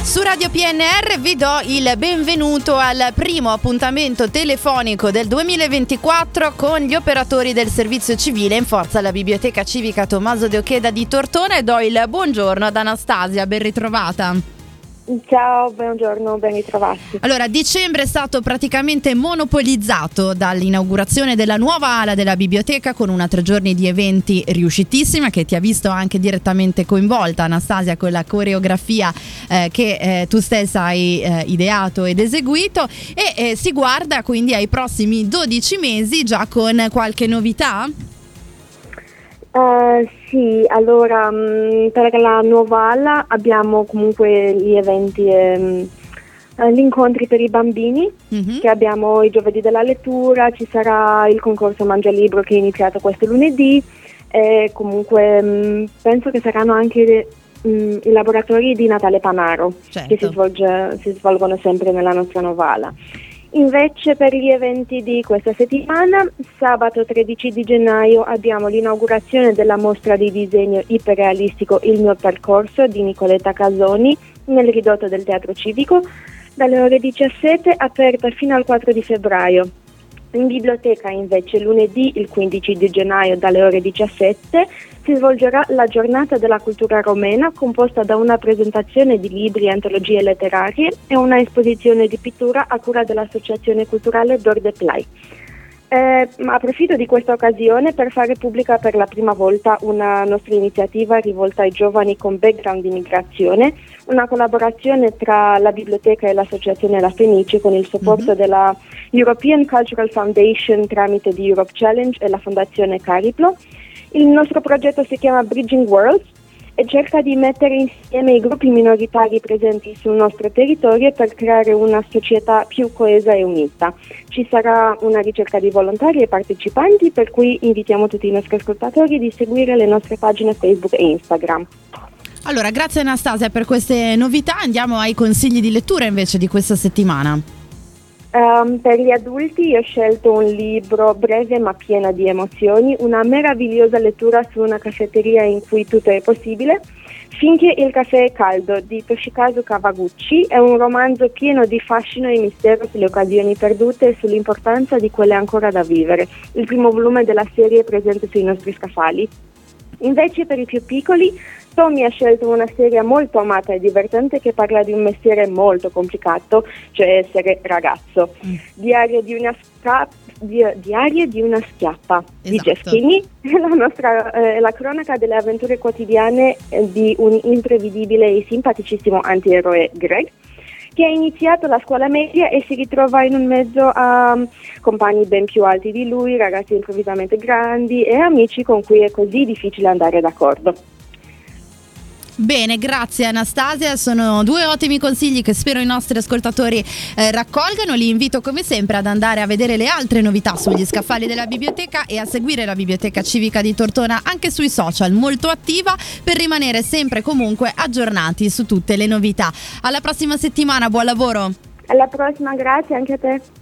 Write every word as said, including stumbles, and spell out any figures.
Su Radio P N R vi do il benvenuto al primo appuntamento telefonico del duemilaventiquattro con gli operatori del servizio civile in forza alla Biblioteca Civica Tommaso de Oqueda di Tortona e do il buongiorno ad Anastasia, ben ritrovata. Ciao, buongiorno, ben ritrovati. Allora, dicembre è stato praticamente monopolizzato dall'inaugurazione della nuova ala della biblioteca con una tre giorni di eventi riuscitissima che ti ha visto anche direttamente coinvolta, Anastasia, con la coreografia eh, che eh, tu stessa hai eh, ideato ed eseguito e eh, si guarda quindi ai prossimi dodici mesi già con qualche novità? Uh, sì, allora mh, per la nuova ala abbiamo comunque gli eventi, ehm, gli incontri per i bambini, mm-hmm. che abbiamo i giovedì della lettura, ci sarà il concorso Mangia Libro che è iniziato questo lunedì e comunque mh, penso che saranno anche mh, i laboratori di Natale Panaro, certo. che si, svolge, si svolgono sempre nella nostra nuova ala. Invece per gli eventi di questa settimana, sabato tredici di gennaio abbiamo l'inaugurazione della mostra di disegno iperrealistico Il mio percorso di Nicoletta Casoni nel ridotto del Teatro Civico dalle ore diciassette, aperta fino al quattro di febbraio. In biblioteca invece lunedì il quindici di gennaio dalle ore diciassette si svolgerà la giornata della cultura romena composta da una presentazione di libri e antologie letterarie e una esposizione di pittura a cura dell'associazione culturale Dor de Play. Eh, approfitto di questa occasione per fare pubblica per la prima volta una nostra iniziativa rivolta ai giovani con background di immigrazione, una collaborazione tra la biblioteca e l'associazione La Fenice con il supporto mm-hmm. della European Cultural Foundation tramite di Europe Challenge e la fondazione Cariplo. Il nostro progetto si chiama Bridging Worlds e cerca di mettere insieme i gruppi minoritari presenti sul nostro territorio per creare una società più coesa e unita. Ci sarà una ricerca di volontari e partecipanti, per cui invitiamo tutti i nostri ascoltatori di seguire le nostre pagine Facebook e Instagram. Allora, grazie Anastasia per queste novità. Andiamo ai consigli di lettura invece di questa settimana. Um, per gli adulti ho scelto un libro breve ma pieno di emozioni, una meravigliosa lettura su una caffetteria in cui tutto è possibile. Finché il caffè è caldo di Toshikazu Kawaguchi è un romanzo pieno di fascino e mistero sulle occasioni perdute e sull'importanza di quelle ancora da vivere. Il primo volume della serie è presente sui nostri scaffali. Invece per i più piccoli Tommy ha scelto una serie molto amata e divertente che parla di un mestiere molto complicato, cioè essere ragazzo. Mm. Diario di una sca- di- Diario di una schiappa, esatto. di Jeff Kinney, la, nostra, eh, la cronaca delle avventure quotidiane eh, di un imprevedibile e simpaticissimo antieroe Greg, che ha iniziato la scuola media e si ritrova in un mezzo a um, compagni ben più alti di lui, ragazzi improvvisamente grandi e amici con cui è così difficile andare d'accordo. Bene, grazie Anastasia, sono due ottimi consigli che spero i nostri ascoltatori eh, raccolgano. Li invito come sempre ad andare a vedere le altre novità sugli scaffali della biblioteca e a seguire la Biblioteca Civica di Tortona anche sui social, molto attiva, per rimanere sempre comunque aggiornati su tutte le novità. Alla prossima settimana, buon lavoro! Alla prossima, grazie anche a te!